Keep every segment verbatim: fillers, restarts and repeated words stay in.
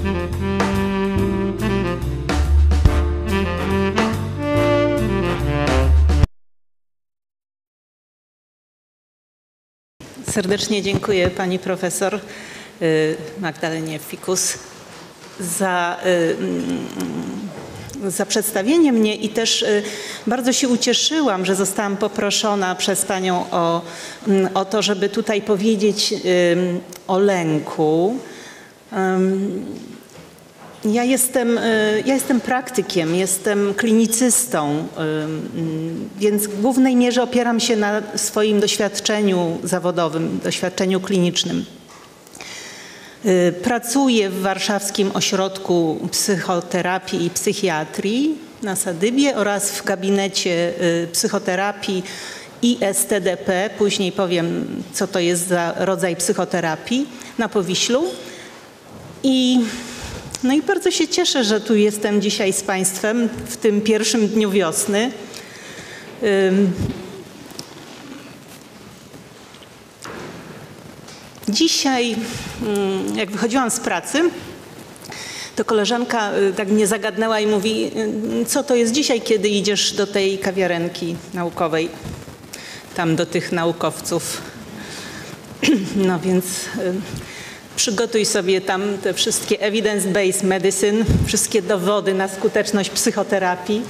Serdecznie dziękuję pani profesor Magdalenie Fikus za, za przedstawienie mnie i też bardzo się ucieszyłam, że zostałam poproszona przez panią o, o to, żeby tutaj powiedzieć o lęku. Ja jestem, ja jestem praktykiem, jestem klinicystą, więc w głównej mierze opieram się na swoim doświadczeniu zawodowym, doświadczeniu klinicznym. Pracuję w Warszawskim Ośrodku Psychoterapii i Psychiatrii na Sadybie oraz w gabinecie psychoterapii I S T D P. Później powiem, co to jest za rodzaj psychoterapii na Powiślu. I No i bardzo się cieszę, że tu jestem dzisiaj z państwem w tym pierwszym dniu wiosny. Dzisiaj, jak wychodziłam z pracy, to koleżanka tak mnie zagadnęła i mówi, co to jest dzisiaj, kiedy idziesz do tej kawiarenki naukowej, tam do tych naukowców. No więc przygotuj sobie tam te wszystkie evidence-based medicine, wszystkie dowody na skuteczność psychoterapii.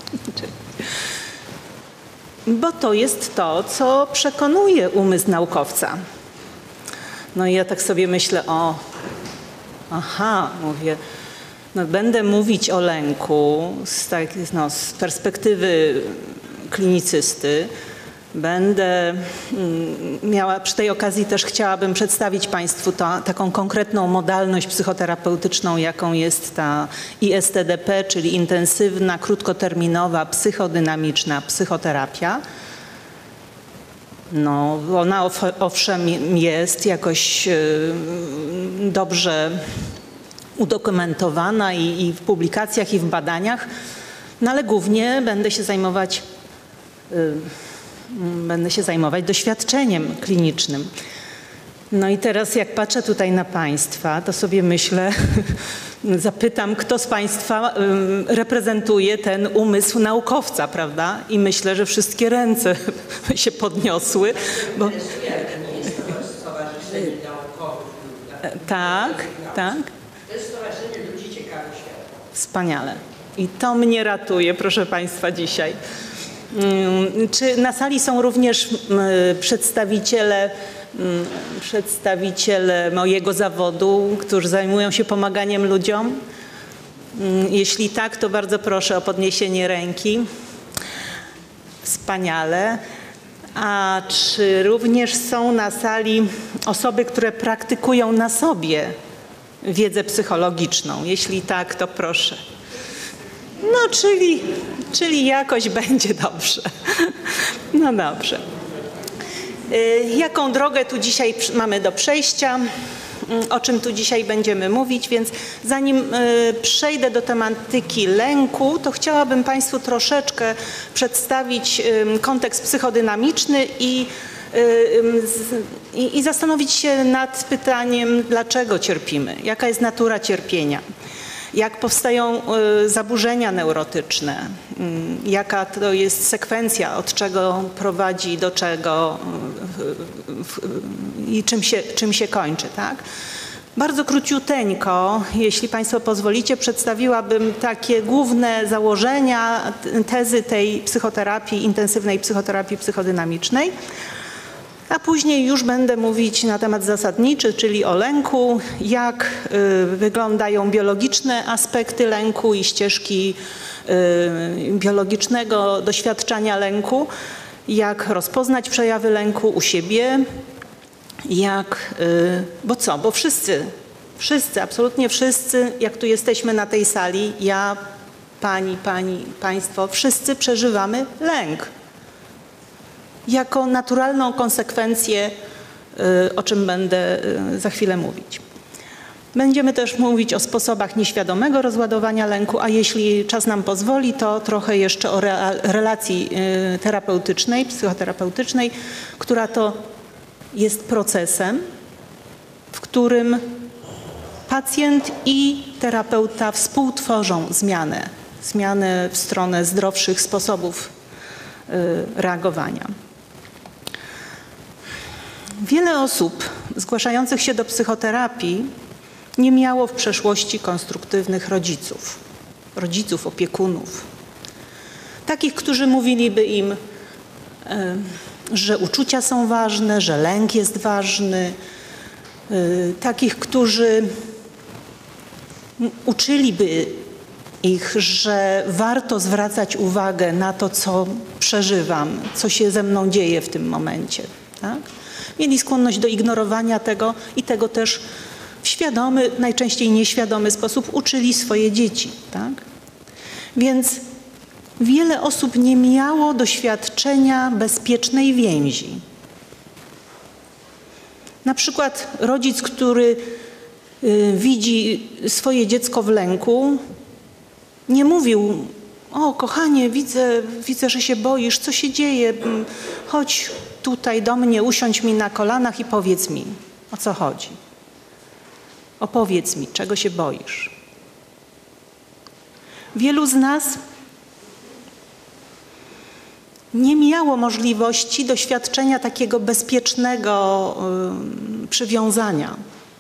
Bo to jest to, co przekonuje umysł naukowca. No i ja tak sobie myślę, o, aha, mówię, no będę mówić o lęku z, tak, no, z perspektywy klinicysty. Będę miała, przy tej okazji też chciałabym przedstawić państwu ta, taką konkretną modalność psychoterapeutyczną, jaką jest ta I S T D P, czyli intensywna, krótkoterminowa, psychodynamiczna psychoterapia. No, ona owszem jest jakoś dobrze udokumentowana i, i w publikacjach, i w badaniach, no ale głównie będę się zajmować Będę się zajmować doświadczeniem klinicznym. No i teraz jak patrzę tutaj na państwa, to sobie myślę, zapytam, kto z państwa reprezentuje ten umysł naukowca, prawda? I myślę, że wszystkie ręce się podniosły. Bo... Tak, tak. To jest Stowarzyszenie Ludzi Ciekawych Świata. Wspaniale. I to mnie ratuje, proszę państwa, dzisiaj. Czy na sali są również przedstawiciele, przedstawiciele mojego zawodu, którzy zajmują się pomaganiem ludziom? Jeśli tak, to bardzo proszę o podniesienie ręki. Wspaniale. A czy również są na sali osoby, które praktykują na sobie wiedzę psychologiczną? Jeśli tak, to proszę. No, czyli, czyli jakoś będzie dobrze. No dobrze. Jaką drogę tu dzisiaj mamy do przejścia? O czym tu dzisiaj będziemy mówić? Więc zanim przejdę do tematyki lęku, to chciałabym państwu troszeczkę przedstawić kontekst psychodynamiczny i, i, i zastanowić się nad pytaniem, dlaczego cierpimy? Jaka jest natura cierpienia? Jak powstają zaburzenia neurotyczne, jaka to jest sekwencja, od czego prowadzi do czego i czym się, czym się kończy, tak? Bardzo króciuteńko, jeśli państwo pozwolicie, przedstawiłabym takie główne założenia, tezy tej psychoterapii, intensywnej psychoterapii psychodynamicznej. A później już będę mówić na temat zasadniczy, czyli o lęku, jak y, wyglądają biologiczne aspekty lęku i ścieżki y, biologicznego doświadczania lęku, jak rozpoznać przejawy lęku u siebie, jak, y, bo co, bo wszyscy, wszyscy, absolutnie wszyscy, jak tu jesteśmy na tej sali, ja, pani, pani, państwo, wszyscy przeżywamy lęk. Jako naturalną konsekwencję, o czym będę za chwilę mówić. Będziemy też mówić o sposobach nieświadomego rozładowania lęku, a jeśli czas nam pozwoli, to trochę jeszcze o relacji terapeutycznej, psychoterapeutycznej, która to jest procesem, w którym pacjent i terapeuta współtworzą zmianę, zmianę w stronę zdrowszych sposobów reagowania. Wiele osób zgłaszających się do psychoterapii nie miało w przeszłości konstruktywnych rodziców, rodziców, opiekunów. Takich, którzy mówiliby im, że uczucia są ważne, że lęk jest ważny. Takich, którzy uczyliby ich, że warto zwracać uwagę na to, co przeżywam, co się ze mną dzieje w tym momencie. Tak? Mieli skłonność do ignorowania tego i tego też w świadomy, najczęściej nieświadomy sposób uczyli swoje dzieci. Tak? Więc wiele osób nie miało doświadczenia bezpiecznej więzi. Na przykład rodzic, który y, widzi swoje dziecko w lęku, nie mówił: o kochanie, widzę, widzę, że się boisz, co się dzieje? Chodź tutaj do mnie, usiądź mi na kolanach i powiedz mi, o co chodzi. Opowiedz mi, czego się boisz. Wielu z nas nie miało możliwości doświadczenia takiego bezpiecznego y, przywiązania.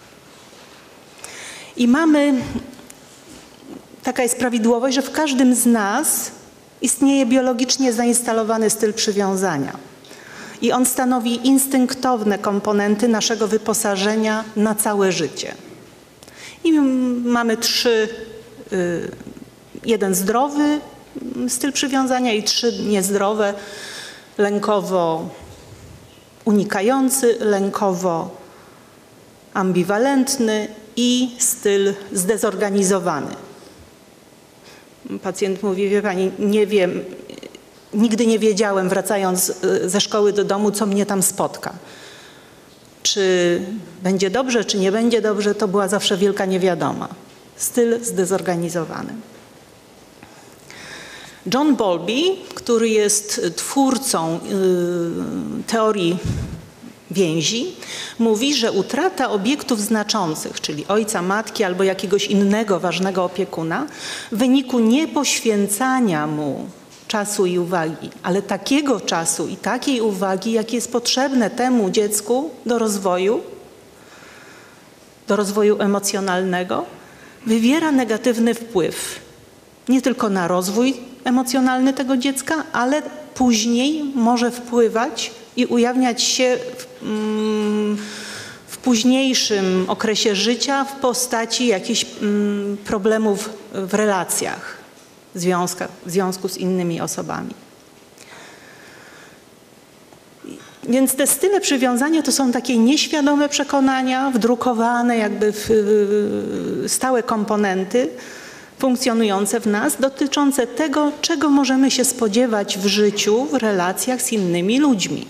I mamy, taka jest prawidłowość, że w każdym z nas istnieje biologicznie zainstalowany styl przywiązania. I on stanowi instynktowne komponenty naszego wyposażenia na całe życie. I mamy trzy, y, jeden zdrowy styl przywiązania i trzy niezdrowe: lękowo unikający, lękowo ambiwalentny i styl zdezorganizowany. Pacjent mówi: wie pani, nie wiem, nigdy nie wiedziałem, wracając ze szkoły do domu, co mnie tam spotka. Czy będzie dobrze, czy nie będzie dobrze, to była zawsze wielka niewiadoma. Styl zdezorganizowany. John Bowlby, który jest twórcą y, teorii więzi, mówi, że utrata obiektów znaczących, czyli ojca, matki albo jakiegoś innego ważnego opiekuna, w wyniku niepoświęcania mu czasu i uwagi, ale takiego czasu i takiej uwagi, jakie jest potrzebne temu dziecku do rozwoju, do rozwoju emocjonalnego, wywiera negatywny wpływ nie tylko na rozwój emocjonalny tego dziecka, ale później może wpływać i ujawniać się w, mm, w późniejszym okresie życia w postaci jakichś mm, problemów w relacjach, w, związkach, w związku z innymi osobami. Więc te style przywiązania to są takie nieświadome przekonania, wdrukowane jakby w stałe komponenty funkcjonujące w nas, dotyczące tego, czego możemy się spodziewać w życiu, w relacjach z innymi ludźmi.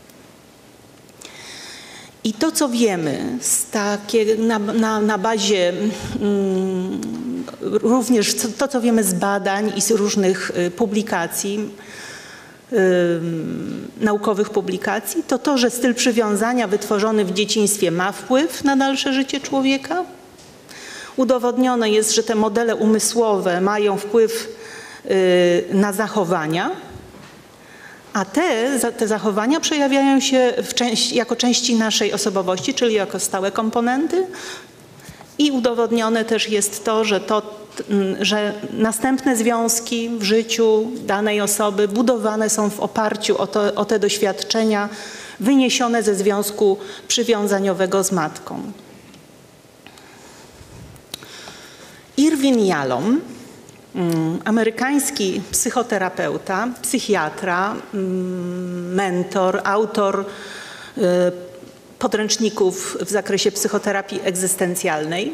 I to, co wiemy z takie, na, na, na bazie mm, również to, co wiemy z badań i z różnych y, publikacji, y, naukowych publikacji, to to, że styl przywiązania wytworzony w dzieciństwie ma wpływ na dalsze życie człowieka. Udowodnione jest, że te modele umysłowe mają wpływ y, na zachowania, a te, te zachowania przejawiają się w części, jako części naszej osobowości, czyli jako stałe komponenty. I udowodnione też jest to, że, to, że następne związki w życiu danej osoby budowane są w oparciu o, to, o te doświadczenia wyniesione ze związku przywiązaniowego z matką. Irwin Yalom, amerykański psychoterapeuta, psychiatra, mentor, autor podręczników w zakresie psychoterapii egzystencjalnej,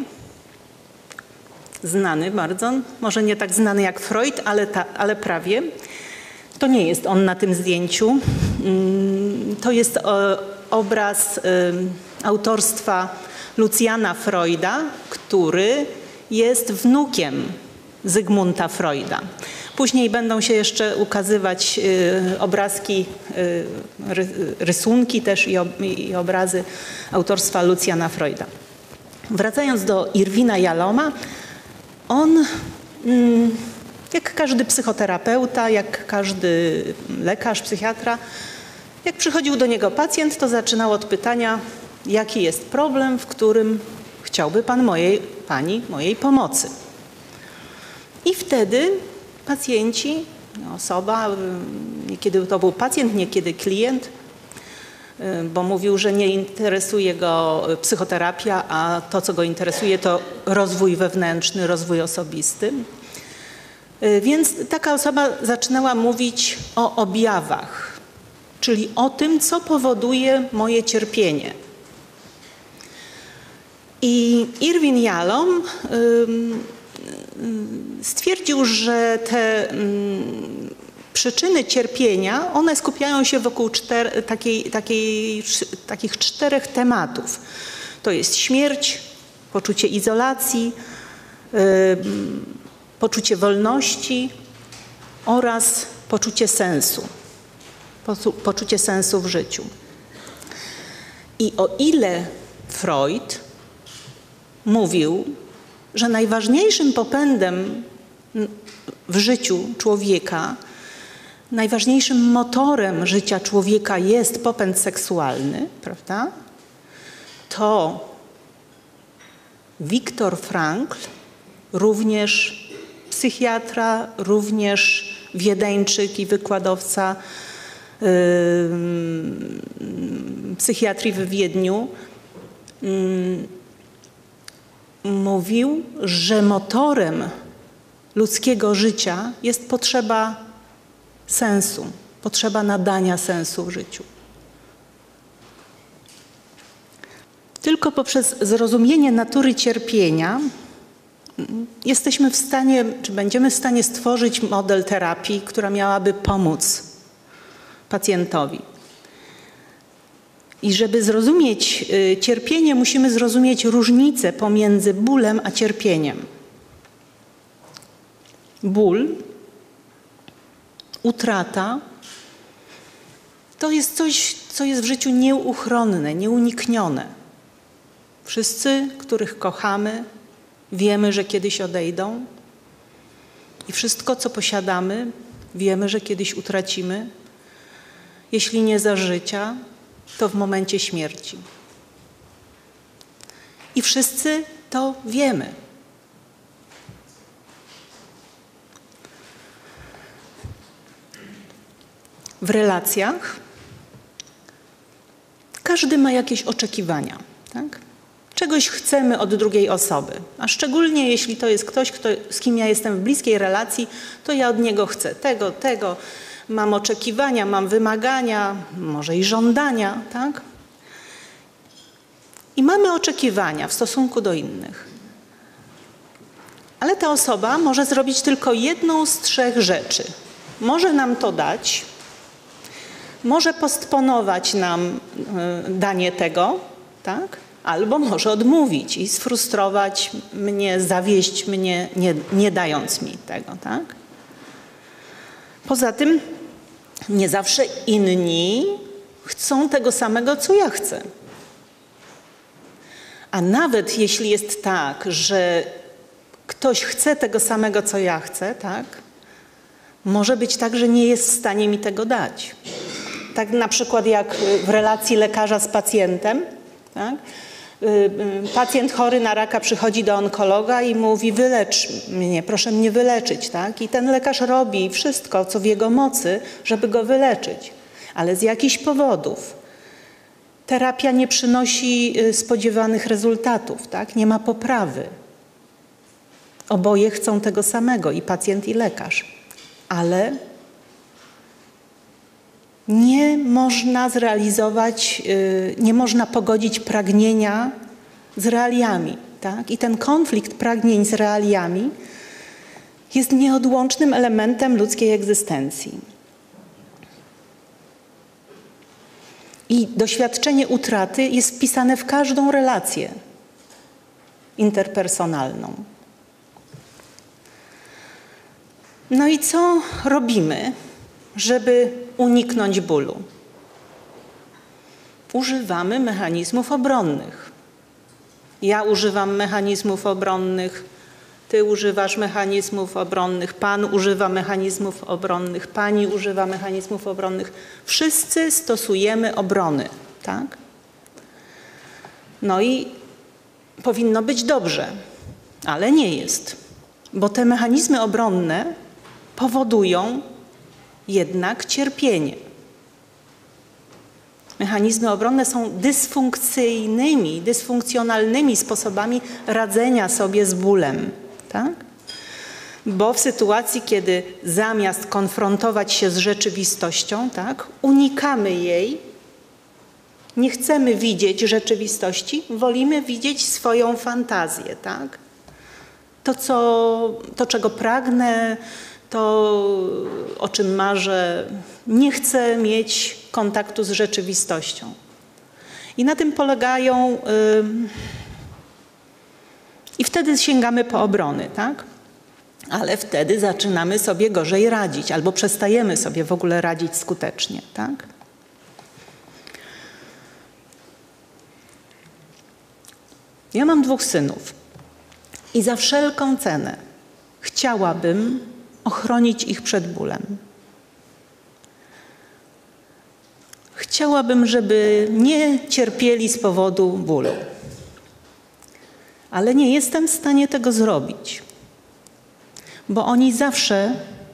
znany bardzo, może nie tak znany jak Freud, ale, ta, ale prawie. To nie jest on na tym zdjęciu. To jest obraz autorstwa Luciana Freuda, który jest wnukiem Zygmunta Freuda. Później będą się jeszcze ukazywać y, obrazki, y, ry, rysunki też i, ob, i obrazy autorstwa Luciana Freuda. Wracając do Irwina Yaloma, on, mm, jak każdy psychoterapeuta, jak każdy lekarz, psychiatra, jak przychodził do niego pacjent, to zaczynał od pytania, jaki jest problem, w którym chciałby pan mojej, pani mojej pomocy. I wtedy pacjenci, osoba, niekiedy to był pacjent, niekiedy klient, bo mówił, że nie interesuje go psychoterapia, a to, co go interesuje, to rozwój wewnętrzny, rozwój osobisty. Więc taka osoba zaczynała mówić o objawach, czyli o tym, co powoduje moje cierpienie. I Irwin Yalom stwierdził, że te przyczyny cierpienia, one skupiają się wokół czter, takiej, takiej, takich czterech tematów. To jest śmierć, poczucie izolacji, yy, poczucie wolności oraz poczucie sensu. Poczucie sensu w życiu. I o ile Freud mówił, że najważniejszym popędem w życiu człowieka, najważniejszym motorem życia człowieka jest popęd seksualny, prawda? To Viktor Frankl, również psychiatra, również wiedeńczyk i wykładowca yy, psychiatrii w Wiedniu, yy, mówił, że motorem ludzkiego życia jest potrzeba sensu, potrzeba nadania sensu w życiu. Tylko poprzez zrozumienie natury cierpienia jesteśmy w stanie, czy będziemy w stanie stworzyć model terapii, która miałaby pomóc pacjentowi. I żeby zrozumieć cierpienie, musimy zrozumieć różnicę pomiędzy bólem a cierpieniem. Ból, utrata to jest coś, co jest w życiu nieuchronne, nieuniknione. Wszyscy, których kochamy, wiemy, że kiedyś odejdą i wszystko, co posiadamy, wiemy, że kiedyś utracimy. Jeśli nie za życia, to w momencie śmierci. I wszyscy to wiemy. W relacjach każdy ma jakieś oczekiwania, tak? Czegoś chcemy od drugiej osoby, a szczególnie jeśli to jest ktoś, kto, z kim ja jestem w bliskiej relacji, to ja od niego chcę tego, tego, mam oczekiwania, mam wymagania, może i żądania, tak? I mamy oczekiwania w stosunku do innych. Ale ta osoba może zrobić tylko jedną z trzech rzeczy. Może nam to dać, może postponować nam danie tego, tak? Albo może odmówić i sfrustrować mnie, zawieść mnie, nie, nie dając mi tego, tak? Poza tym nie zawsze inni chcą tego samego, co ja chcę. A nawet jeśli jest tak, że ktoś chce tego samego, co ja chcę, tak? Może być tak, że nie jest w stanie mi tego dać. Tak na przykład jak w relacji lekarza z pacjentem, tak? Pacjent chory na raka przychodzi do onkologa i mówi: wylecz mnie, proszę mnie wyleczyć, tak? I ten lekarz robi wszystko, co w jego mocy, żeby go wyleczyć. Ale z jakichś powodów terapia nie przynosi spodziewanych rezultatów, tak? Nie ma poprawy. Oboje chcą tego samego, i pacjent, i lekarz. Ale nie można zrealizować, nie można pogodzić pragnienia z realiami, tak? I ten konflikt pragnień z realiami jest nieodłącznym elementem ludzkiej egzystencji. I doświadczenie utraty jest wpisane w każdą relację interpersonalną. No i co robimy, żeby uniknąć bólu? Używamy mechanizmów obronnych. Ja używam mechanizmów obronnych, ty używasz mechanizmów obronnych, pan używa mechanizmów obronnych, pani używa mechanizmów obronnych. Wszyscy stosujemy obrony, tak? No i powinno być dobrze, ale nie jest, bo te mechanizmy obronne powodują jednak cierpienie. Mechanizmy obronne są dysfunkcyjnymi, dysfunkcjonalnymi sposobami radzenia sobie z bólem, tak? Bo w sytuacji, kiedy zamiast konfrontować się z rzeczywistością, tak, unikamy jej, nie chcemy widzieć rzeczywistości, wolimy widzieć swoją fantazję, tak? To, co, to czego pragnę, to, o czym marzę, nie chcę mieć kontaktu z rzeczywistością. I na tym polegają... Yy, I wtedy sięgamy po obrony, tak? Ale wtedy zaczynamy sobie gorzej radzić, albo przestajemy sobie w ogóle radzić skutecznie, tak? Ja mam dwóch synów i za wszelką cenę chciałabym ochronić ich przed bólem. Chciałabym, żeby nie cierpieli z powodu bólu. Ale nie jestem w stanie tego zrobić, bo oni zawsze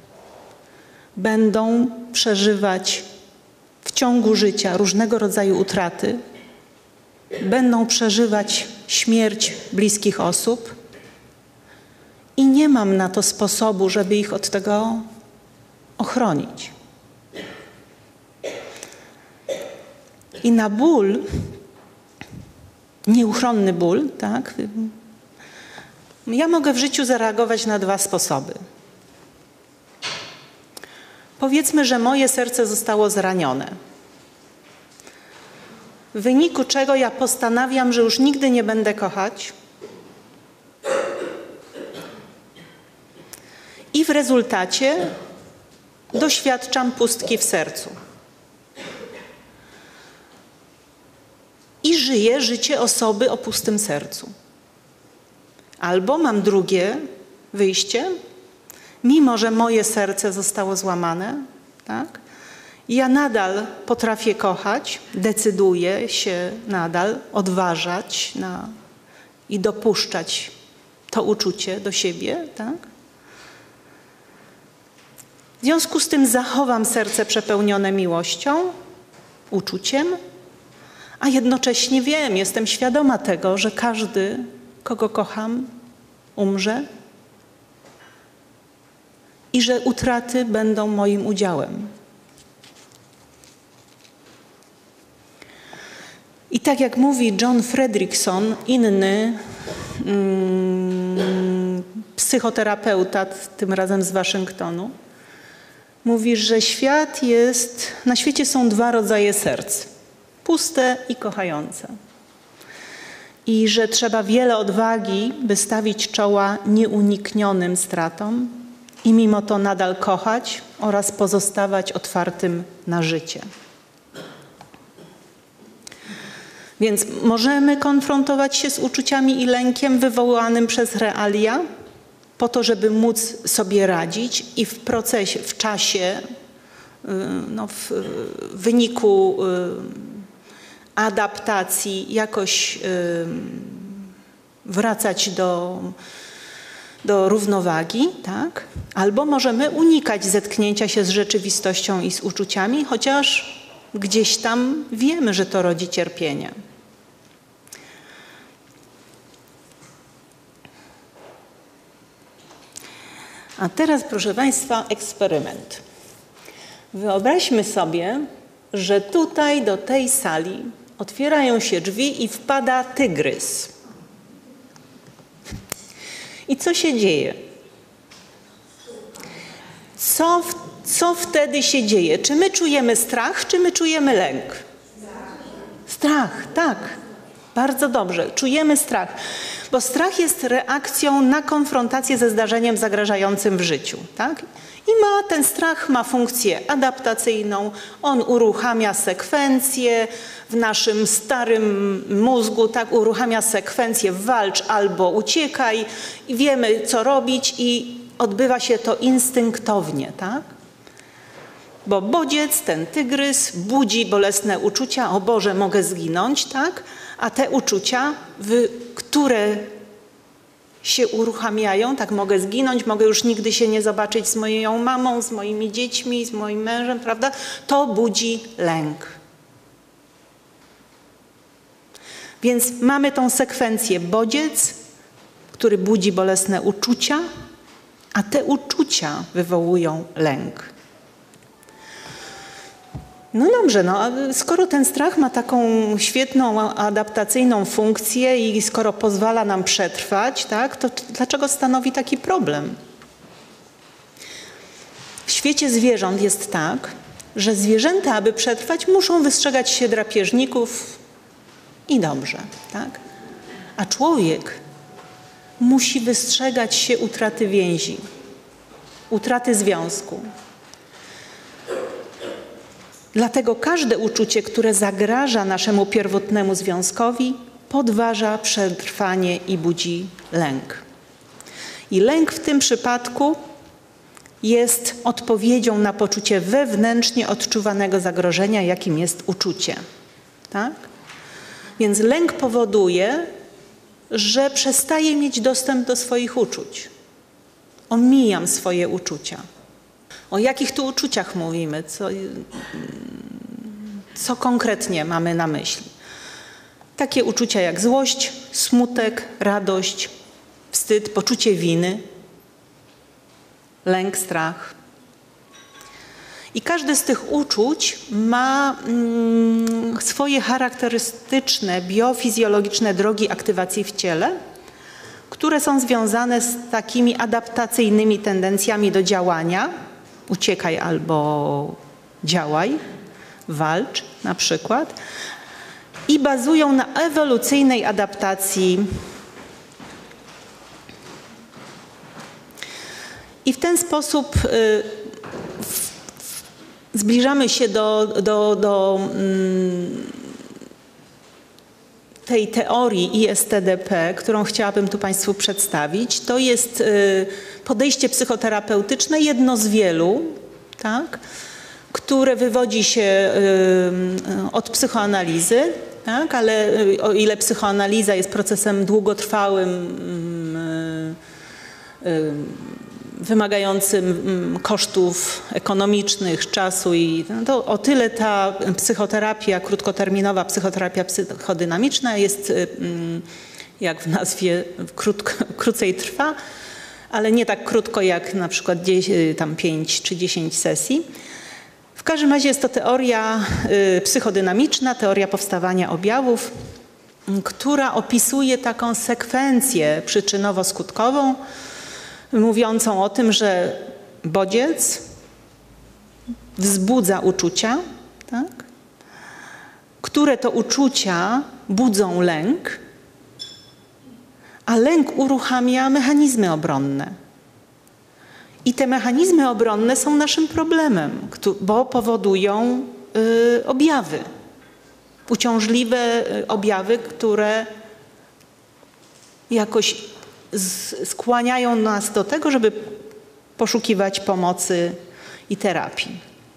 będą przeżywać w ciągu życia różnego rodzaju utraty, będą przeżywać śmierć bliskich osób i nie mam na to sposobu, żeby ich od tego ochronić. I na ból, nieuchronny ból, tak, ja mogę w życiu zareagować na dwa sposoby. Powiedzmy, że moje serce zostało zranione, w wyniku czego ja postanawiam, że już nigdy nie będę kochać i w rezultacie doświadczam pustki w sercu. I żyję życie osoby o pustym sercu. Albo mam drugie wyjście, mimo że moje serce zostało złamane, tak? Ja nadal potrafię kochać, decyduję się nadal odważać na, i dopuszczać to uczucie do siebie, tak? W związku z tym zachowam serce przepełnione miłością, uczuciem, a jednocześnie wiem, jestem świadoma tego, że każdy, kogo kocham, umrze i że utraty będą moim udziałem. I tak jak mówi John Fredrickson, inny mm, psychoterapeuta, tym razem z Waszyngtonu, mówi, że świat jest, na świecie są dwa rodzaje serc. Puste i kochające. I że trzeba wiele odwagi, by stawić czoła nieuniknionym stratom i mimo to nadal kochać oraz pozostawać otwartym na życie. Więc możemy konfrontować się z uczuciami i lękiem wywołanym przez realia po to, żeby móc sobie radzić i w procesie, w czasie, no, w wyniku adaptacji jakoś wracać do, do równowagi, tak? Albo możemy unikać zetknięcia się z rzeczywistością i z uczuciami, chociaż gdzieś tam wiemy, że to rodzi cierpienie. A teraz, proszę Państwa, eksperyment. Wyobraźmy sobie, że tutaj do tej sali otwierają się drzwi i wpada tygrys. I co się dzieje? Co, w, co wtedy się dzieje? Czy my czujemy strach, czy my czujemy lęk? Strach, tak. Bardzo dobrze. Czujemy strach. Bo strach jest reakcją na konfrontację ze zdarzeniem zagrażającym w życiu, tak? I ma, ten strach ma funkcję adaptacyjną, on uruchamia sekwencję w naszym starym mózgu, tak, uruchamia sekwencję walcz albo uciekaj i wiemy, co robić i odbywa się to instynktownie, tak? Bo bodziec, ten tygrys budzi bolesne uczucia, o Boże, mogę zginąć, tak? A te uczucia, które się uruchamiają, tak, mogę zginąć, mogę już nigdy się nie zobaczyć z moją mamą, z moimi dziećmi, z moim mężem, prawda? To budzi lęk. Więc mamy tą sekwencję bodziec, który budzi bolesne uczucia, a te uczucia wywołują lęk. No dobrze, no, skoro ten strach ma taką świetną adaptacyjną funkcję i skoro pozwala nam przetrwać, tak, to dlaczego stanowi taki problem? W świecie zwierząt jest tak, że zwierzęta, aby przetrwać, muszą wystrzegać się drapieżników i dobrze, tak? A człowiek musi wystrzegać się utraty więzi, utraty związku. Dlatego każde uczucie, które zagraża naszemu pierwotnemu związkowi, podważa przetrwanie i budzi lęk. I lęk w tym przypadku jest odpowiedzią na poczucie wewnętrznie odczuwanego zagrożenia, jakim jest uczucie. Tak? Więc lęk powoduje, że przestaję mieć dostęp do swoich uczuć. Omijam swoje uczucia. O jakich tu uczuciach mówimy? Co, co konkretnie mamy na myśli? Takie uczucia jak złość, smutek, radość, wstyd, poczucie winy, lęk, strach. I każde z tych uczuć ma mm, swoje charakterystyczne, biofizjologiczne drogi aktywacji w ciele, które są związane z takimi adaptacyjnymi tendencjami do działania. Uciekaj albo działaj, walcz na przykład. I bazują na ewolucyjnej adaptacji. I w ten sposób y, zbliżamy się do, do, do mm, tej teorii I S T D P, którą chciałabym tu Państwu przedstawić. To jest y, podejście psychoterapeutyczne, jedno z wielu, tak, które wywodzi się y, od psychoanalizy, tak, ale y, o ile psychoanaliza jest procesem długotrwałym, y, y, wymagającym kosztów ekonomicznych, czasu i no to o tyle ta psychoterapia, krótkoterminowa psychoterapia psychodynamiczna jest, jak w nazwie, krótko, krócej trwa, ale nie tak krótko jak na przykład tam pięć czy dziesięć sesji. W każdym razie jest to teoria psychodynamiczna, teoria powstawania objawów, która opisuje taką sekwencję przyczynowo-skutkową, mówiącą o tym, że bodziec wzbudza uczucia, tak? Które to uczucia budzą lęk, a lęk uruchamia mechanizmy obronne. I te mechanizmy obronne są naszym problemem, bo powodują y, objawy, uciążliwe objawy, które jakoś skłaniają nas do tego, żeby poszukiwać pomocy i terapii.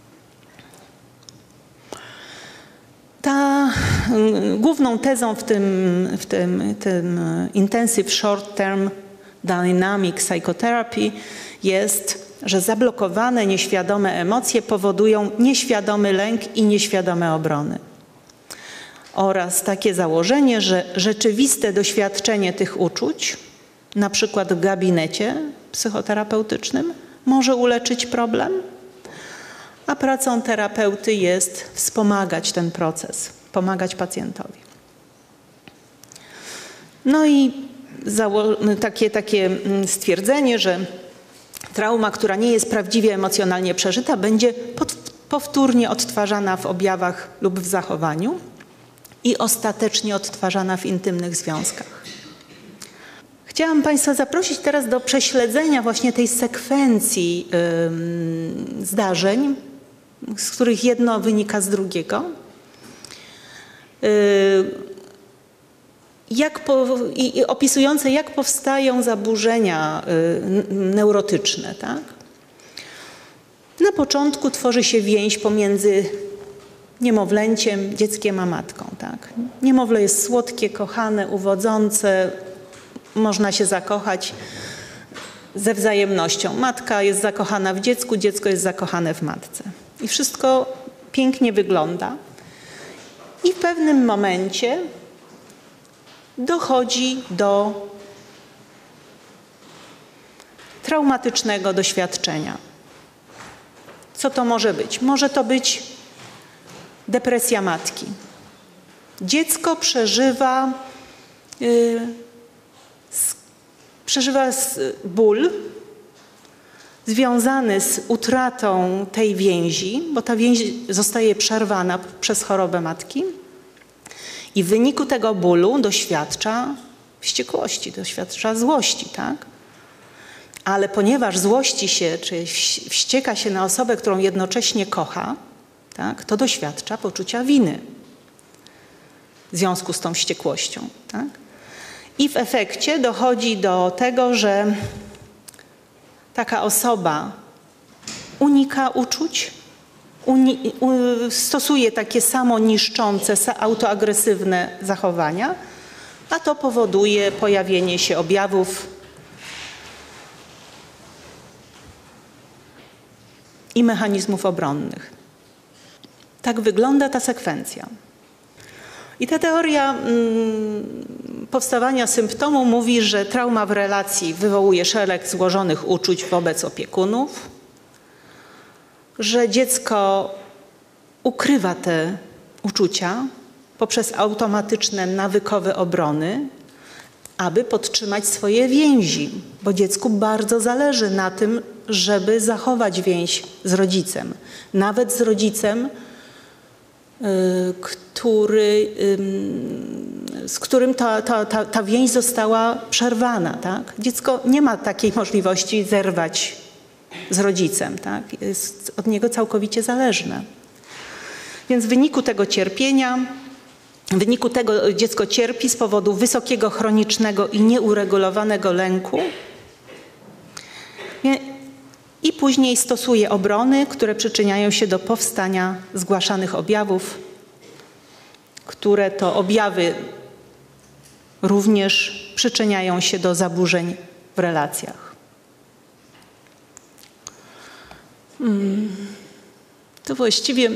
Ta y, główną tezą w tym, w tym, tym Intensive Short Term Dynamic Psychotherapy jest, że zablokowane, nieświadome emocje powodują nieświadomy lęk i nieświadome obrony. Oraz takie założenie, że rzeczywiste doświadczenie tych uczuć, na przykład w gabinecie psychoterapeutycznym, może uleczyć problem, a pracą terapeuty jest wspomagać ten proces, pomagać pacjentowi. No i takie, takie stwierdzenie, że trauma, która nie jest prawdziwie emocjonalnie przeżyta, będzie powtórnie odtwarzana w objawach lub w zachowaniu i ostatecznie odtwarzana w intymnych związkach. Chciałam Państwa zaprosić teraz do prześledzenia właśnie tej sekwencji yy, zdarzeń, z których jedno wynika z drugiego. Yy, jak po, i, i opisujące, jak powstają zaburzenia yy, neurotyczne. Tak? Na początku tworzy się więź pomiędzy niemowlęciem, dzieckiem a matką. Tak? Niemowlę jest słodkie, kochane, uwodzące, można się zakochać ze wzajemnością. Matka jest zakochana w dziecku, dziecko jest zakochane w matce. I wszystko pięknie wygląda. I w pewnym momencie dochodzi do traumatycznego doświadczenia. Co to może być? Może to być depresja matki. Dziecko przeżywa, yy, z, przeżywa z, ból związany z utratą tej więzi, bo ta więź zostaje przerwana przez chorobę matki i w wyniku tego bólu doświadcza wściekłości, doświadcza złości, tak? Ale ponieważ złości się, czy wścieka się na osobę, którą jednocześnie kocha, tak, to doświadcza poczucia winy w związku z tą wściekłością. Tak? I w efekcie dochodzi do tego, że taka osoba unika uczuć, uni, u, stosuje takie samo niszczące, autoagresywne zachowania, a to powoduje pojawienie się objawów i mechanizmów obronnych. Tak wygląda ta sekwencja. I ta teoria mm, powstawania symptomu mówi, że trauma w relacji wywołuje szereg złożonych uczuć wobec opiekunów, że dziecko ukrywa te uczucia poprzez automatyczne, nawykowe obrony, aby podtrzymać swoje więzi, bo dziecku bardzo zależy na tym, żeby zachować więź z rodzicem. Nawet z rodzicem, który, z którym ta, ta, ta, ta więź została przerwana. Tak? Dziecko nie ma takiej możliwości zerwać z rodzicem. Tak? Jest od niego całkowicie zależne. Więc w wyniku tego cierpienia, w wyniku tego dziecko cierpi z powodu wysokiego, chronicznego i nieuregulowanego lęku i później stosuje obrony, które przyczyniają się do powstania zgłaszanych objawów, które to objawy również przyczyniają się do zaburzeń w relacjach. To właściwie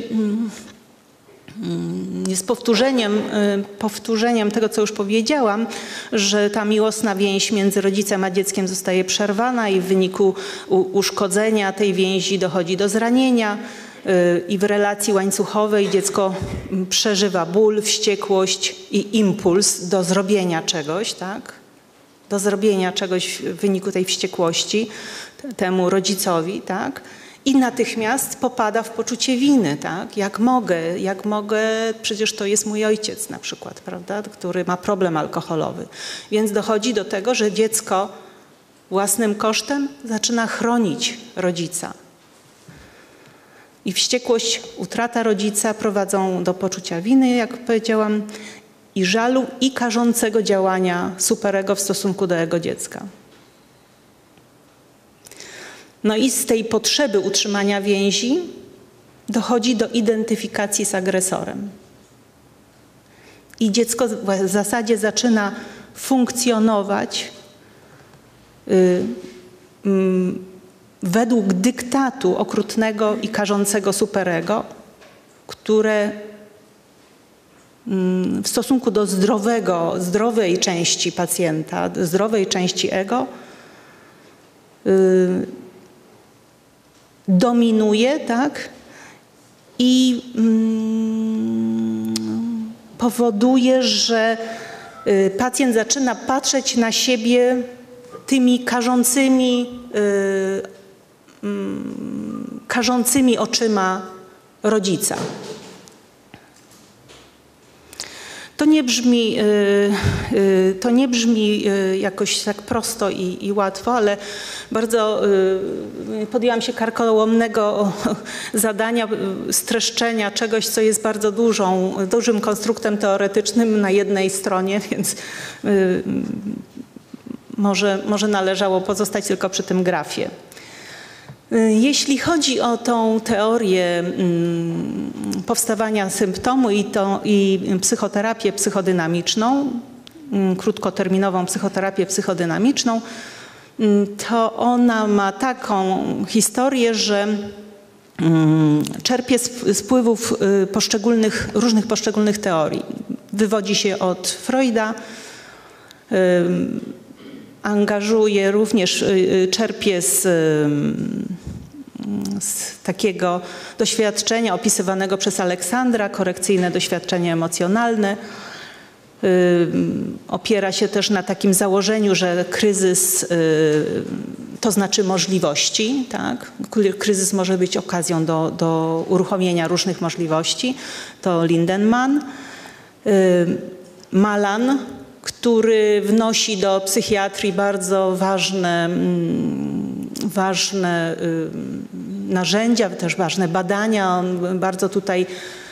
jest powtórzeniem, powtórzeniem tego, co już powiedziałam, że ta miłosna więź między rodzicem a dzieckiem zostaje przerwana i w wyniku uszkodzenia tej więzi dochodzi do zranienia i w relacji łańcuchowej dziecko przeżywa ból, wściekłość i impuls do zrobienia czegoś, tak? Do zrobienia czegoś w wyniku tej wściekłości temu rodzicowi, tak? I natychmiast popada w poczucie winy, tak? Jak mogę, jak mogę, przecież to jest mój ojciec na przykład, prawda? Który ma problem alkoholowy. Więc dochodzi do tego, że dziecko własnym kosztem zaczyna chronić rodzica. I wściekłość, utrata rodzica prowadzą do poczucia winy, jak powiedziałam, i żalu, i karzącego działania superego w stosunku do jego dziecka. No i z tej potrzeby utrzymania więzi dochodzi do identyfikacji z agresorem. I dziecko w zasadzie zaczyna funkcjonować y, y, według dyktatu okrutnego i karzącego superego, które w stosunku do zdrowego, zdrowej części pacjenta, zdrowej części ego y, dominuje, tak? I mm, powoduje, że y, pacjent zaczyna patrzeć na siebie tymi karzącymi, y, y, karzącymi oczyma rodzica. To nie brzmi, to nie brzmi jakoś tak prosto i, i łatwo, ale bardzo podjęłam się karkołomnego zadania streszczenia czegoś, co jest bardzo dużą, dużym konstruktem teoretycznym na jednej stronie, więc może, może należało pozostać tylko przy tym grafie. Jeśli chodzi o tą teorię powstawania symptomu i, to, i psychoterapię psychodynamiczną, krótkoterminową psychoterapię psychodynamiczną, to ona ma taką historię, że czerpie z wpływów poszczególnych, różnych poszczególnych teorii. Wywodzi się od Freuda, angażuje również, czerpie z, z takiego doświadczenia opisywanego przez Aleksandra, korekcyjne doświadczenie emocjonalne. Opiera się też na takim założeniu, że kryzys to znaczy możliwości, tak? Kryzys może być okazją do, do uruchomienia różnych możliwości. To Lindemann. Malan, który wnosi do psychiatrii bardzo ważne, ważne narzędzia, też ważne badania. On bardzo tutaj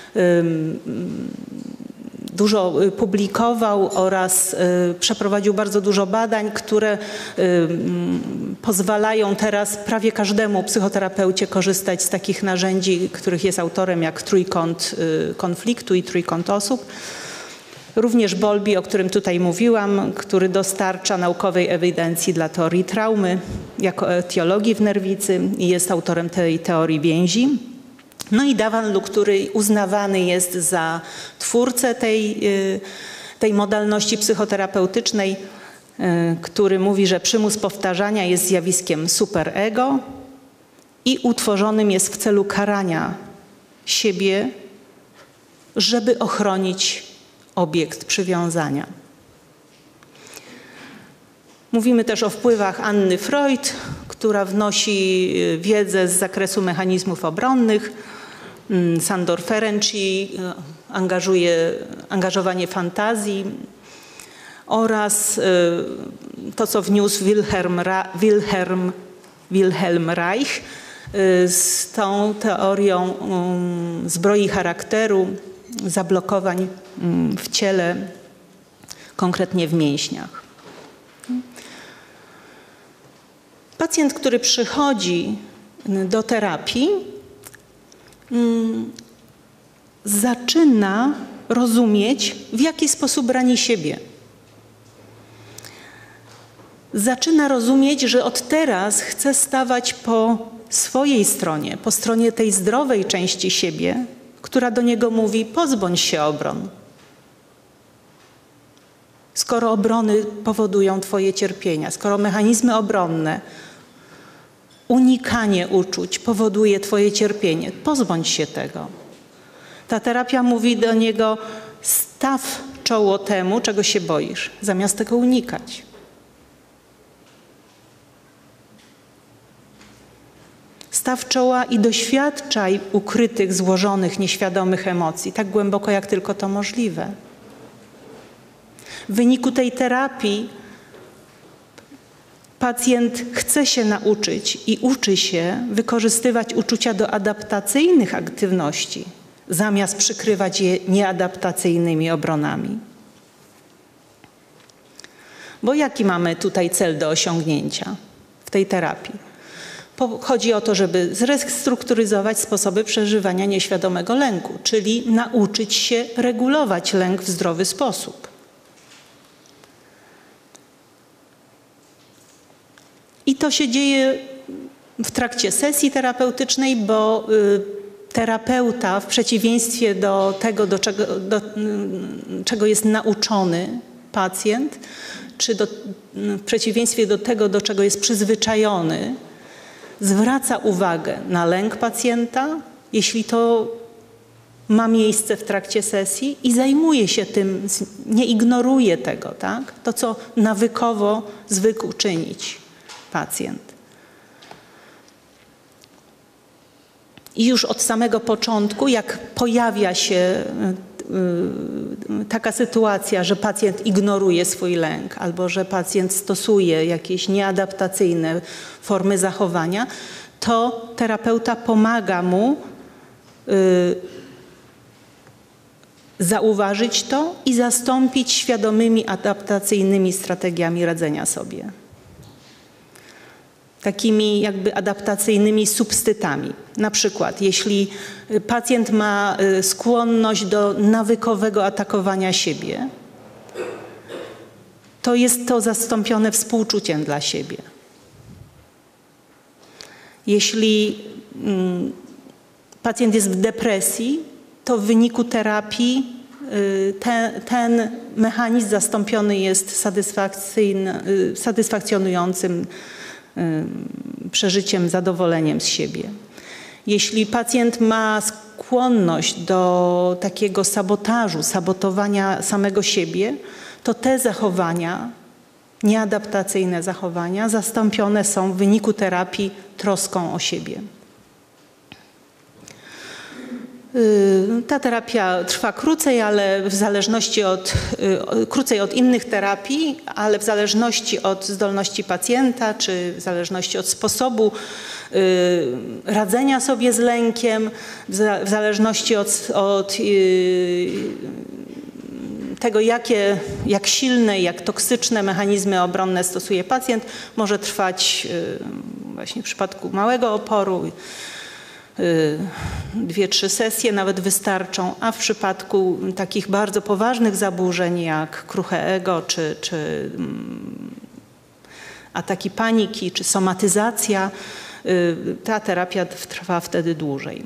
dużo publikował oraz przeprowadził bardzo dużo badań, które pozwalają teraz prawie każdemu psychoterapeucie korzystać z takich narzędzi, których jest autorem, jak trójkąt konfliktu i trójkąt osób. Również Bowlby, o którym tutaj mówiłam, który dostarcza naukowej ewidencji dla teorii traumy jako etiologii w nerwicy i jest autorem tej teorii więzi. No i Davanlu, który uznawany jest za twórcę tej, tej modalności psychoterapeutycznej, który mówi, że przymus powtarzania jest zjawiskiem superego i utworzonym jest w celu karania siebie, żeby ochronić obiekt przywiązania. Mówimy też o wpływach Anny Freud, która wnosi wiedzę z zakresu mechanizmów obronnych. Sandor Ferenczi angażuje angażowanie fantazji oraz to, co wniósł Wilhelm, Wilhelm, Wilhelm Reich z tą teorią zbroi charakteru, zablokowań w ciele, konkretnie w mięśniach. Pacjent, który przychodzi do terapii, zaczyna rozumieć, w jaki sposób rani siebie. Zaczyna rozumieć, że od teraz chce stawać po swojej stronie, po stronie tej zdrowej części siebie, która do niego mówi: pozbądź się obron. Skoro obrony powodują twoje cierpienia, skoro mechanizmy obronne, unikanie uczuć powoduje twoje cierpienie, pozbądź się tego. Ta terapia mówi do niego: staw czoło temu, czego się boisz, zamiast tego unikać. Staw czoła i doświadczaj ukrytych, złożonych, nieświadomych emocji, tak głęboko, jak tylko to możliwe. W wyniku tej terapii pacjent chce się nauczyć i uczy się wykorzystywać uczucia do adaptacyjnych aktywności, zamiast przykrywać je nieadaptacyjnymi obronami. Bo jaki mamy tutaj cel do osiągnięcia w tej terapii? Chodzi o to, żeby zrestrukturyzować sposoby przeżywania nieświadomego lęku, czyli nauczyć się regulować lęk w zdrowy sposób. I to się dzieje w trakcie sesji terapeutycznej, bo terapeuta w przeciwieństwie do tego, do czego, do, czego jest nauczony pacjent, czy do, w przeciwieństwie do tego, do czego jest przyzwyczajony, zwraca uwagę na lęk pacjenta, jeśli to ma miejsce w trakcie sesji, i zajmuje się tym, nie ignoruje tego, tak? To, co nawykowo zwykł czynić pacjent. I już od samego początku, jak pojawia się taka sytuacja, że pacjent ignoruje swój lęk albo że pacjent stosuje jakieś nieadaptacyjne formy zachowania, to terapeuta pomaga mu zauważyć to i zastąpić świadomymi adaptacyjnymi strategiami radzenia sobie. Takimi jakby adaptacyjnymi substytami. Na przykład, jeśli pacjent ma skłonność do nawykowego atakowania siebie, to jest to zastąpione współczuciem dla siebie. Jeśli mm, pacjent jest w depresji, to w wyniku terapii ten, ten mechanizm zastąpiony jest satysfakcjonującym przeżyciem, zadowoleniem z siebie. Jeśli pacjent ma skłonność do takiego sabotażu, sabotowania samego siebie, to te zachowania, nieadaptacyjne zachowania, zastąpione są w wyniku terapii troską o siebie. Ta terapia trwa krócej, ale w zależności od, krócej od innych terapii, ale w zależności od zdolności pacjenta, czy w zależności od sposobu radzenia sobie z lękiem, w zależności od, od tego, jakie, jak silne, jak toksyczne mechanizmy obronne stosuje pacjent, może trwać właśnie w przypadku małego oporu dwie, trzy sesje nawet wystarczą, a w przypadku takich bardzo poważnych zaburzeń jak kruche ego, czy, czy ataki paniki, czy somatyzacja, ta terapia trwa wtedy dłużej.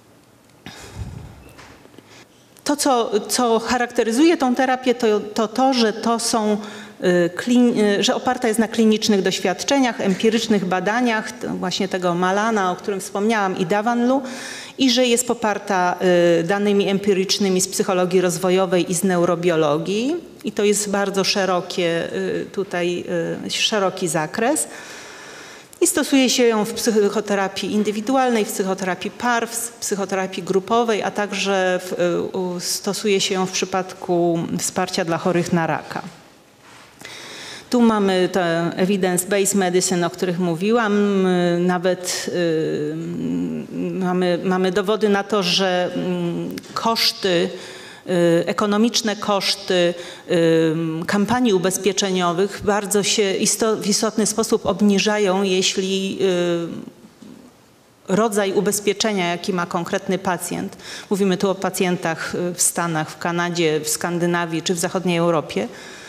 To, co, co charakteryzuje tą terapię, to, to to, że to są że oparta jest na klinicznych doświadczeniach, empirycznych badaniach, właśnie tego Malana, o którym wspomniałam, i Davanlu, i że jest poparta danymi empirycznymi z psychologii rozwojowej i z neurobiologii. I to jest bardzo szerokie, tutaj szeroki zakres. I stosuje się ją w psychoterapii indywidualnej, w psychoterapii par, w psychoterapii grupowej, a także w, stosuje się ją w przypadku wsparcia dla chorych na raka. Tu mamy te evidence-based medicine, o których mówiłam. Nawet y, mamy, mamy dowody na to, że y, koszty, y, ekonomiczne koszty y, kampanii ubezpieczeniowych bardzo się isto, w istotny sposób obniżają, jeśli y, rodzaj ubezpieczenia, jaki ma konkretny pacjent, mówimy tu o pacjentach w Stanach, w Kanadzie, w Skandynawii czy w zachodniej Europie,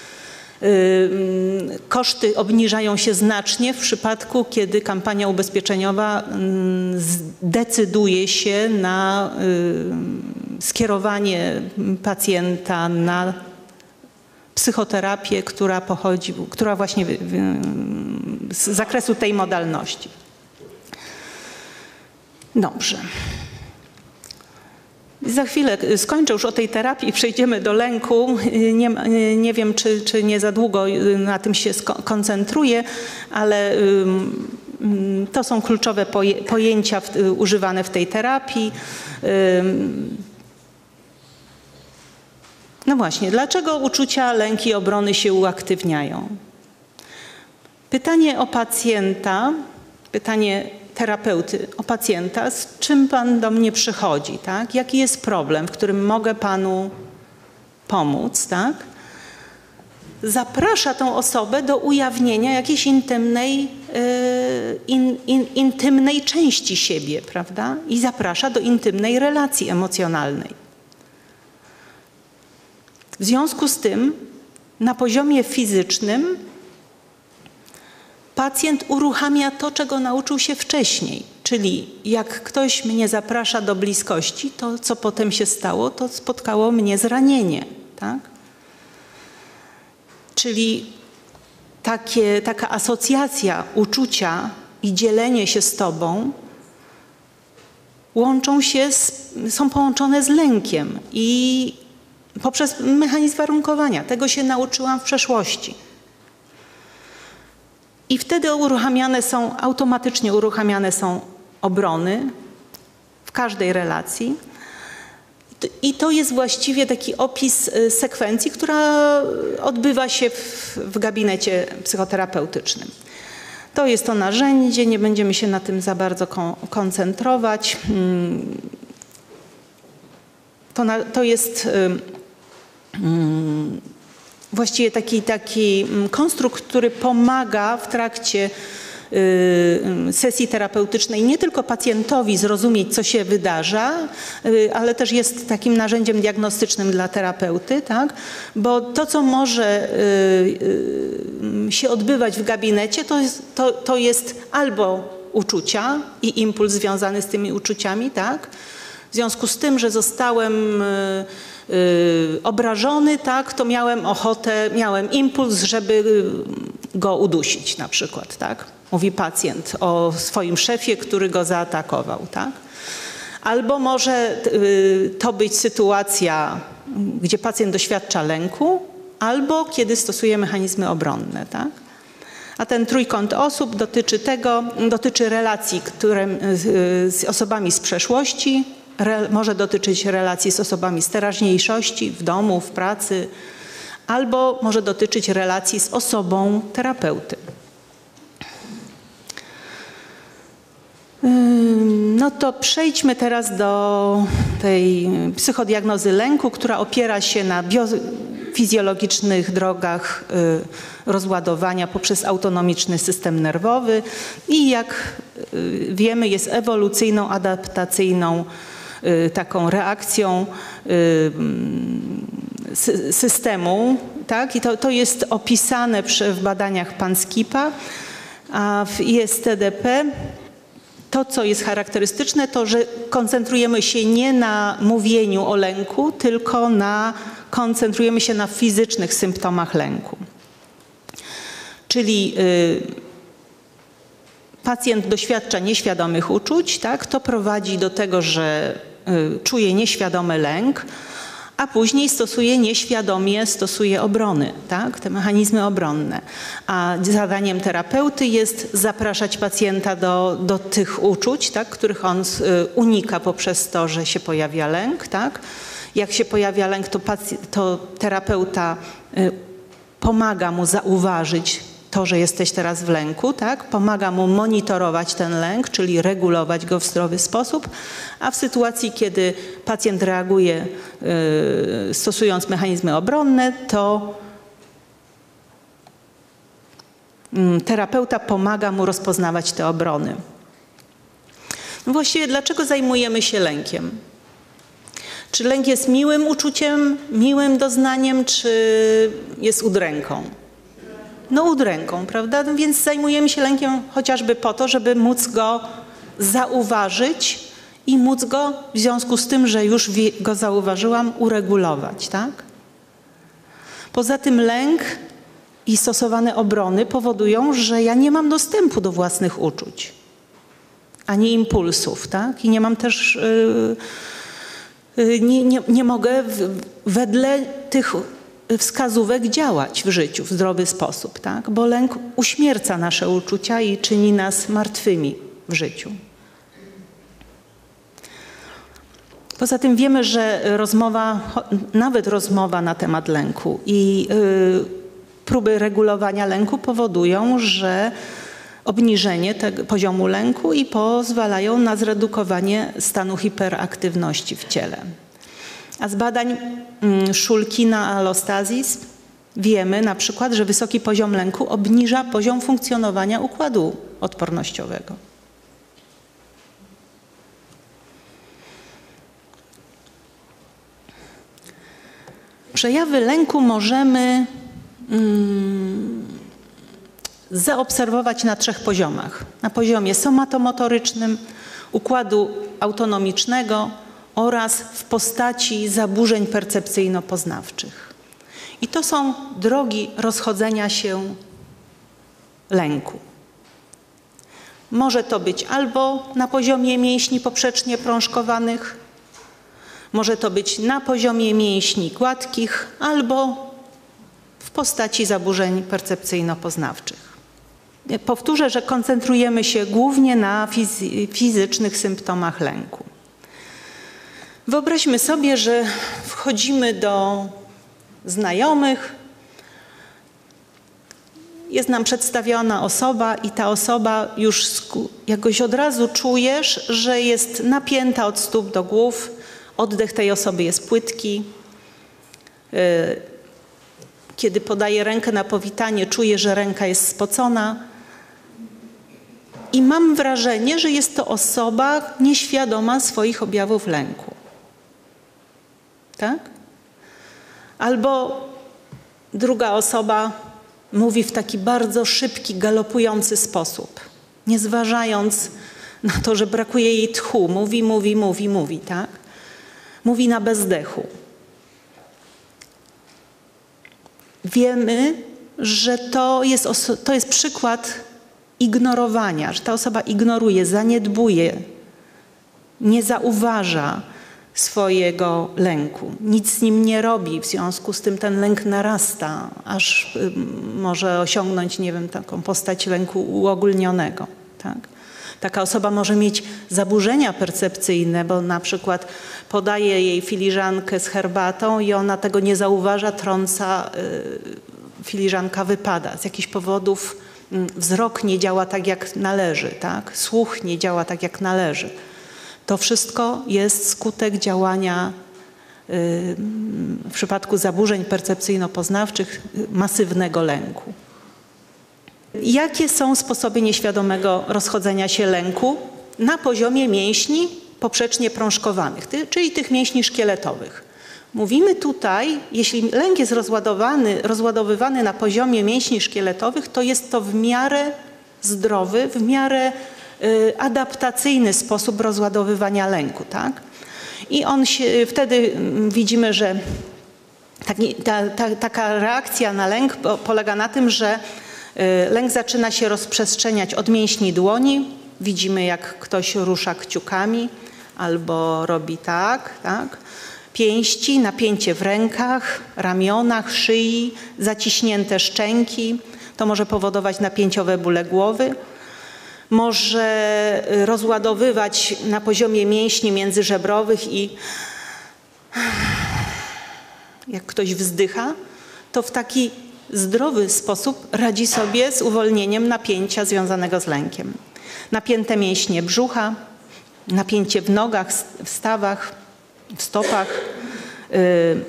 koszty obniżają się znacznie w przypadku, kiedy kampania ubezpieczeniowa zdecyduje się na skierowanie pacjenta na psychoterapię, która pochodzi, która właśnie z zakresu tej modalności. Dobrze. Za chwilę skończę już o tej terapii i przejdziemy do lęku. Nie, nie wiem, czy, czy nie za długo na tym się koncentruję, ale to są kluczowe pojęcia używane w tej terapii. No właśnie, dlaczego uczucia, lęki, obrony się uaktywniają? Pytanie o pacjenta, pytanie terapeuty o pacjenta, z czym pan do mnie przychodzi, tak? Jaki jest problem, w którym mogę panu pomóc, tak? Zaprasza tą osobę do ujawnienia jakiejś intymnej, in, in, intymnej części siebie, prawda? I zaprasza do intymnej relacji emocjonalnej. W związku z tym na poziomie fizycznym pacjent uruchamia to, czego nauczył się wcześniej. Czyli jak ktoś mnie zaprasza do bliskości, to co potem się stało, to spotkało mnie zranienie. Tak? Czyli takie, taka asocjacja uczucia i dzielenie się z tobą łączą się, z, są połączone z lękiem i poprzez mechanizm warunkowania. Tego się nauczyłam w przeszłości. I wtedy uruchamiane są, automatycznie uruchamiane są obrony w każdej relacji. I to jest właściwie taki opis sekwencji, która odbywa się w, w gabinecie psychoterapeutycznym. To jest to narzędzie, nie będziemy się na tym za bardzo kon koncentrować. To, na, to jest um, właściwie taki, taki konstrukt, który pomaga w trakcie sesji terapeutycznej nie tylko pacjentowi zrozumieć, co się wydarza, ale też jest takim narzędziem diagnostycznym dla terapeuty, tak? Bo to, co może się odbywać w gabinecie, to jest, to, to jest albo uczucia i impuls związany z tymi uczuciami, tak? W związku z tym, że zostałem Yy, obrażony, tak, to miałem ochotę, miałem impuls, żeby go udusić na przykład, tak? Mówi pacjent o swoim szefie, który go zaatakował, tak? Albo może yy, to być sytuacja, gdzie pacjent doświadcza lęku, albo kiedy stosuje mechanizmy obronne, tak? A ten trójkąt osób dotyczy tego, dotyczy relacji, które yy, z osobami z przeszłości, Re, może dotyczyć relacji z osobami z teraźniejszości, w domu, w pracy, albo może dotyczyć relacji z osobą terapeuty. No to przejdźmy teraz do tej psychodiagnozy lęku, która opiera się na biofizjologicznych drogach rozładowania poprzez autonomiczny system nerwowy i jak wiemy, jest ewolucyjną, adaptacyjną taką reakcją systemu, tak? I to, to jest opisane w badaniach Panskipa, a w I S T D P to, co jest charakterystyczne, to, że koncentrujemy się nie na mówieniu o lęku, tylko na, koncentrujemy się na fizycznych symptomach lęku. Czyli y, pacjent doświadcza nieświadomych uczuć, tak? To prowadzi do tego, że y, czuje nieświadomy lęk, a później stosuje nieświadomie, stosuje obrony, tak? Te mechanizmy obronne. A zadaniem terapeuty jest zapraszać pacjenta do, do tych uczuć, tak? Których on y, unika poprzez to, że się pojawia lęk, tak? Jak się pojawia lęk, to, to terapeuta y, pomaga mu zauważyć to, że jesteś teraz w lęku, tak? Pomaga mu monitorować ten lęk, czyli regulować go w zdrowy sposób, a w sytuacji, kiedy pacjent reaguje yy, stosując mechanizmy obronne, to yy, terapeuta pomaga mu rozpoznawać te obrony. No właściwie dlaczego zajmujemy się lękiem? Czy lęk jest miłym uczuciem, miłym doznaniem, czy jest udręką? No udręką, prawda? No więc zajmujemy się lękiem chociażby po to, żeby móc go zauważyć i móc go w związku z tym, że już go zauważyłam, uregulować, tak? Poza tym lęk i stosowane obrony powodują, że ja nie mam dostępu do własnych uczuć, ani impulsów, tak? I nie mam też, yy, nie, nie, nie mogę w, wedle tych wskazówek działać w życiu w zdrowy sposób, tak? Bo lęk uśmierca nasze uczucia i czyni nas martwymi w życiu. Poza tym wiemy, że rozmowa, nawet rozmowa na temat lęku i yy, próby regulowania lęku powodują, że obniżenie tego poziomu lęku i pozwalają na zredukowanie stanu hiperaktywności w ciele. A z badań Szulkina allostasis wiemy na przykład, że wysoki poziom lęku obniża poziom funkcjonowania układu odpornościowego. Przejawy lęku możemy mm, zaobserwować na trzech poziomach. Na poziomie somatomotorycznym, układu autonomicznego oraz w postaci zaburzeń percepcyjno-poznawczych. I to są drogi rozchodzenia się lęku. Może to być albo na poziomie mięśni poprzecznie prążkowanych, może to być na poziomie mięśni gładkich, albo w postaci zaburzeń percepcyjno-poznawczych. Powtórzę, że koncentrujemy się głównie na fizy- fizycznych symptomach lęku. Wyobraźmy sobie, że wchodzimy do znajomych, jest nam przedstawiona osoba i ta osoba już jakoś od razu czujesz, że jest napięta od stóp do głów, oddech tej osoby jest płytki. Kiedy podaje rękę na powitanie, czuję, że ręka jest spocona. I mam wrażenie, że jest to osoba nieświadoma swoich objawów lęku. Tak? Albo druga osoba mówi w taki bardzo szybki, galopujący sposób, nie zważając na to, że brakuje jej tchu. Mówi, mówi, mówi, mówi, tak? Mówi na bezdechu. Wiemy, że to jest, to jest przykład ignorowania, że ta osoba ignoruje, zaniedbuje, nie zauważa swojego lęku. Nic z nim nie robi, w związku z tym ten lęk narasta, aż może osiągnąć, nie wiem, taką postać lęku uogólnionego. Tak? Taka osoba może mieć zaburzenia percepcyjne, bo na przykład podaje jej filiżankę z herbatą i ona tego nie zauważa, trąca, yy, filiżanka wypada. Z jakichś powodów yy, wzrok nie działa tak, jak należy, tak? Słuch nie działa tak, jak należy. To wszystko jest skutek działania yy, w przypadku zaburzeń percepcyjno-poznawczych yy, masywnego lęku. Jakie są sposoby nieświadomego rozchodzenia się lęku na poziomie mięśni poprzecznie prążkowanych, czyli tych mięśni szkieletowych? Mówimy tutaj, jeśli lęk jest rozładowany, rozładowywany na poziomie mięśni szkieletowych, to jest to w miarę zdrowy, w miarę y, adaptacyjny sposób rozładowywania lęku. Tak? I on się, wtedy widzimy, że taki, ta, ta, taka reakcja na lęk polega na tym, że lęk zaczyna się rozprzestrzeniać od mięśni dłoni. Widzimy, jak ktoś rusza kciukami albo robi tak, tak. Pięści, napięcie w rękach, ramionach, szyi, zaciśnięte szczęki. To może powodować napięciowe bóle głowy. Może rozładowywać na poziomie mięśni międzyżebrowych i jak ktoś wzdycha, to w taki zdrowy sposób radzi sobie z uwolnieniem napięcia związanego z lękiem. Napięte mięśnie brzucha, napięcie w nogach, w stawach, w stopach. Yy,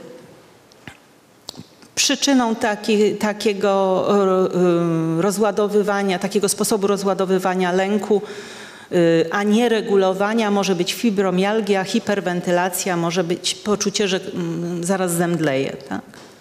przyczyną taki, takiego yy, rozładowywania, takiego sposobu rozładowywania lęku, yy, a nie regulowania może być fibromialgia, hiperwentylacja, może być poczucie, że yy, zaraz zemdleję. Tak?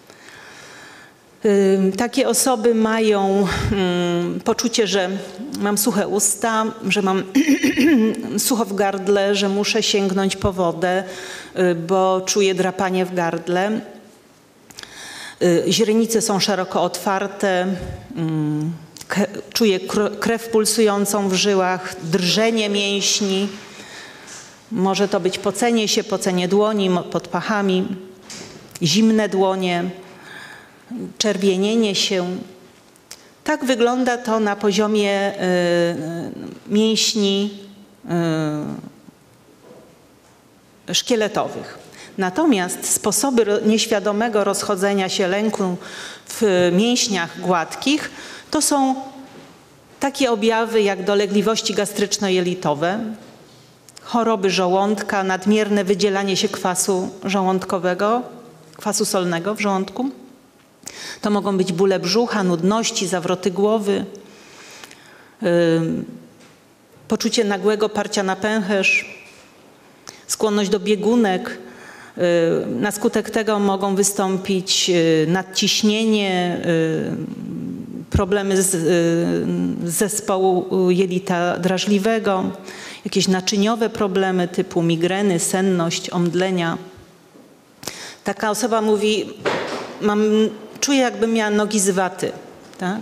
Takie osoby mają um, poczucie, że mam suche usta, że mam sucho w gardle, że muszę sięgnąć po wodę, y, bo czuję drapanie w gardle. Y, źrenice są szeroko otwarte, y, czuję krew pulsującą w żyłach, drżenie mięśni. Może to być pocenie się, pocenie dłoni pod pachami, zimne dłonie, czerwienienie się. Tak wygląda to na poziomie y, mięśni y, szkieletowych. Natomiast sposoby nieświadomego rozchodzenia się lęku w mięśniach gładkich to są takie objawy jak dolegliwości gastryczno-jelitowe, choroby żołądka, nadmierne wydzielanie się kwasu żołądkowego, kwasu solnego w żołądku. To mogą być bóle brzucha, nudności, zawroty głowy, yy, poczucie nagłego parcia na pęcherz, skłonność do biegunek. Yy, na skutek tego mogą wystąpić yy, nadciśnienie, yy, problemy z, yy, z zespołu jelita drażliwego, jakieś naczyniowe problemy typu migreny, senność, omdlenia. Taka osoba mówi, mam... czuję, jakbym miała nogi z waty. Tak?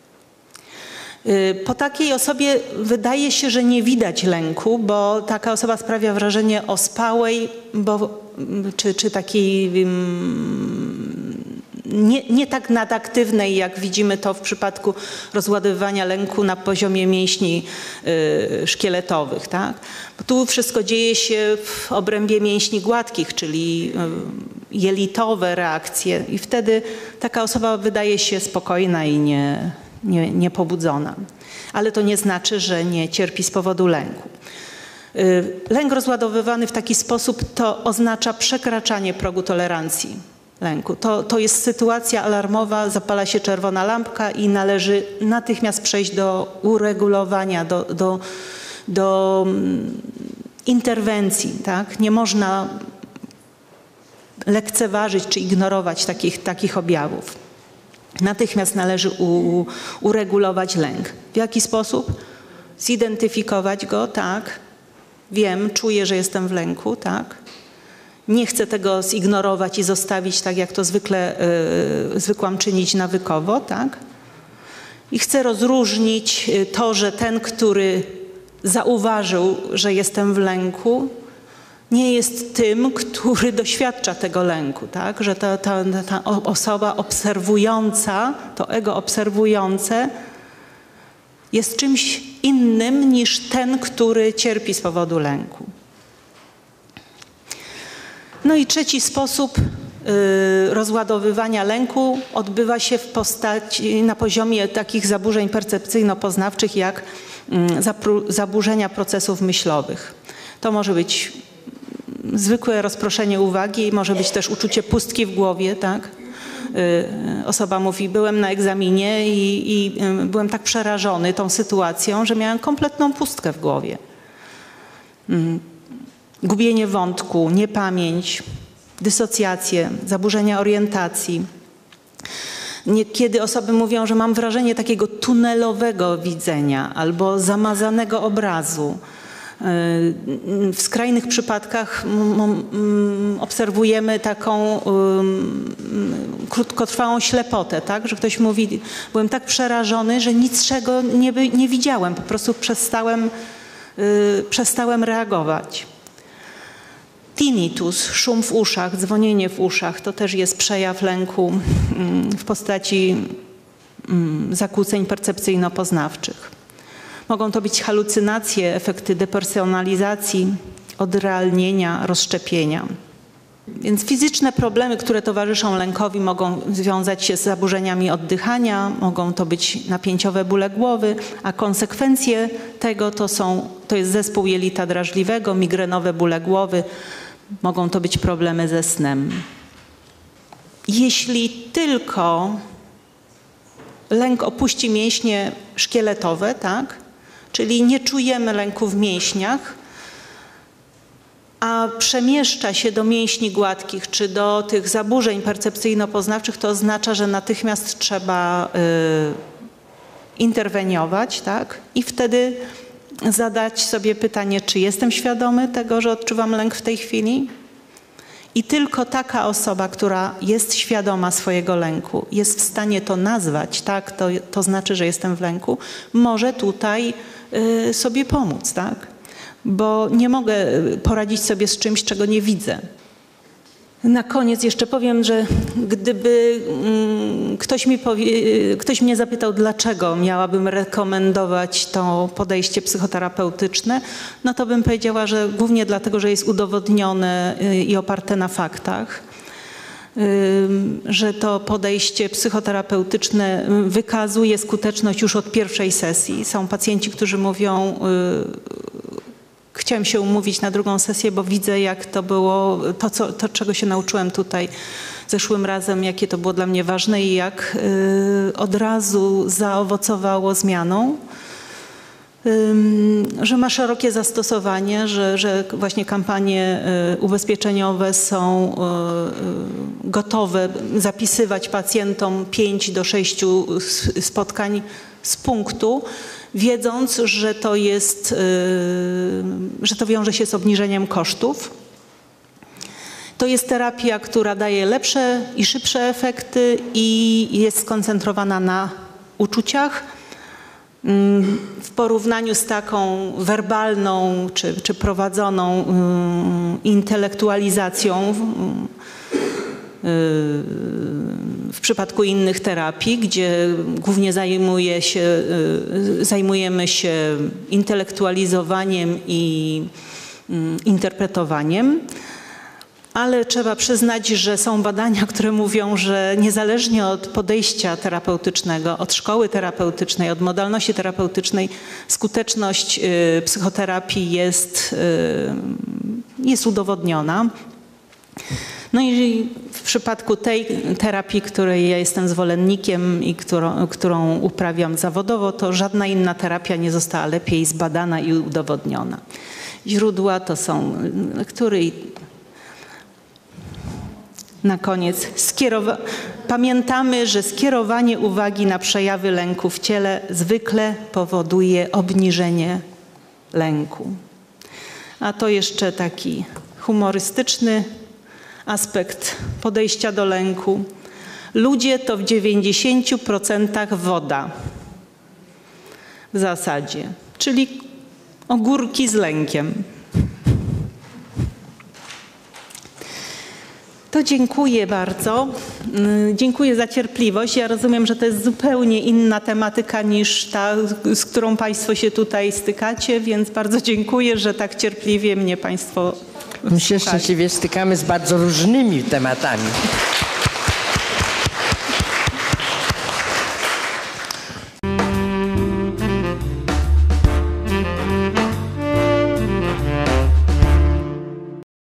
Po takiej osobie wydaje się, że nie widać lęku, bo taka osoba sprawia wrażenie ospałej, bo, czy, czy takiej um, nie, nie tak nadaktywnej, jak widzimy to w przypadku rozładowywania lęku na poziomie mięśni y, szkieletowych. Tak? Bo tu wszystko dzieje się w obrębie mięśni gładkich, czyli y, jelitowe reakcje i wtedy taka osoba wydaje się spokojna i nie, nie, niepobudzona. Ale to nie znaczy, że nie cierpi z powodu lęku. Lęk rozładowywany w taki sposób to oznacza przekraczanie progu tolerancji lęku. To, to jest sytuacja alarmowa, zapala się czerwona lampka i należy natychmiast przejść do uregulowania, do, do, do interwencji. Tak? Nie można lekceważyć czy ignorować takich, takich objawów. Natychmiast należy u, uregulować lęk. W jaki sposób? Zidentyfikować go, tak. Wiem, czuję, że jestem w lęku, tak. Nie chcę tego zignorować i zostawić tak, jak to zwykle yy, zwykłam czynić nawykowo, tak. I chcę rozróżnić to, że ten, który zauważył, że jestem w lęku, nie jest tym, który doświadcza tego lęku, tak? Że ta, ta, ta osoba obserwująca, to ego obserwujące jest czymś innym niż ten, który cierpi z powodu lęku. No i trzeci sposób y, rozładowywania lęku odbywa się w postaci, na poziomie takich zaburzeń percepcyjno-poznawczych jak y, zaburzenia procesów myślowych. To może być zwykłe rozproszenie uwagi, może być też uczucie pustki w głowie, tak? Osoba mówi, byłem na egzaminie i, i byłem tak przerażony tą sytuacją, że miałem kompletną pustkę w głowie. Gubienie wątku, niepamięć, dysocjacje, zaburzenia orientacji. Niekiedy osoby mówią, że mam wrażenie takiego tunelowego widzenia albo zamazanego obrazu. W skrajnych przypadkach obserwujemy taką krótkotrwałą ślepotę, tak? Że ktoś mówi, byłem tak przerażony, że niczego nie, nie widziałem, po prostu przestałem, przestałem reagować. Tinnitus, szum w uszach, dzwonienie w uszach, to też jest przejaw lęku w postaci zakłóceń percepcyjno-poznawczych. Mogą to być halucynacje, efekty depersonalizacji, odrealnienia, rozszczepienia. Więc fizyczne problemy, które towarzyszą lękowi, mogą związać się z zaburzeniami oddychania, mogą to być napięciowe bóle głowy, a konsekwencje tego to, są, to jest zespół jelita drażliwego, migrenowe bóle głowy, mogą to być problemy ze snem. Jeśli tylko lęk opuści mięśnie szkieletowe, tak? Czyli nie czujemy lęku w mięśniach, a przemieszcza się do mięśni gładkich czy do tych zaburzeń percepcyjno-poznawczych, to oznacza, że natychmiast trzeba y, interweniować, tak? I wtedy zadać sobie pytanie, czy jestem świadomy tego, że odczuwam lęk w tej chwili? I tylko taka osoba, która jest świadoma swojego lęku, jest w stanie to nazwać, tak, to, to znaczy, że jestem w lęku, może tutaj y, sobie pomóc, tak? Bo nie mogę poradzić sobie z czymś, czego nie widzę. Na koniec jeszcze powiem, że gdyby mm, ktoś, mi powie, ktoś mnie zapytał, dlaczego miałabym rekomendować to podejście psychoterapeutyczne, no to bym powiedziała, że głównie dlatego, że jest udowodnione i oparte na faktach, że to podejście psychoterapeutyczne wykazuje skuteczność już od pierwszej sesji. Są pacjenci, którzy mówią, chciałem się umówić na drugą sesję, bo widzę, jak to było, to, co, to czego się nauczyłem tutaj zeszłym razem, jakie to było dla mnie ważne i jak y, od razu zaowocowało zmianą, y, że ma szerokie zastosowanie, że, że właśnie kampanie y, ubezpieczeniowe są y, gotowe zapisywać pacjentom pięć do sześciu spotkań z punktu, wiedząc, że to jest, yy, że to wiąże się z obniżeniem kosztów. To jest terapia, która daje lepsze i szybsze efekty i jest skoncentrowana na uczuciach. Yy, w porównaniu z taką werbalną czy, czy prowadzoną yy, intelektualizacją, yy, w przypadku innych terapii, gdzie głównie zajmuje się, zajmujemy się intelektualizowaniem i interpretowaniem. Ale trzeba przyznać, że są badania, które mówią, że niezależnie od podejścia terapeutycznego, od szkoły terapeutycznej, od modalności terapeutycznej, skuteczność psychoterapii jest, jest udowodniona. No i w przypadku tej terapii, której ja jestem zwolennikiem i którą, którą uprawiam zawodowo, to żadna inna terapia nie została lepiej zbadana i udowodniona. Źródła to są lektury i na koniec skierowa- pamiętamy, że skierowanie uwagi na przejawy lęku w ciele zwykle powoduje obniżenie lęku. A to jeszcze taki humorystyczny aspekt podejścia do lęku. Ludzie to w dziewięćdziesięciu procentach woda w zasadzie, czyli ogórki z lękiem. To dziękuję bardzo. Dziękuję za cierpliwość. Ja rozumiem, że to jest zupełnie inna tematyka niż ta, z którą Państwo się tutaj stykacie, więc bardzo dziękuję, że tak cierpliwie mnie Państwo My się szczęśliwie stykamy z bardzo różnymi tematami.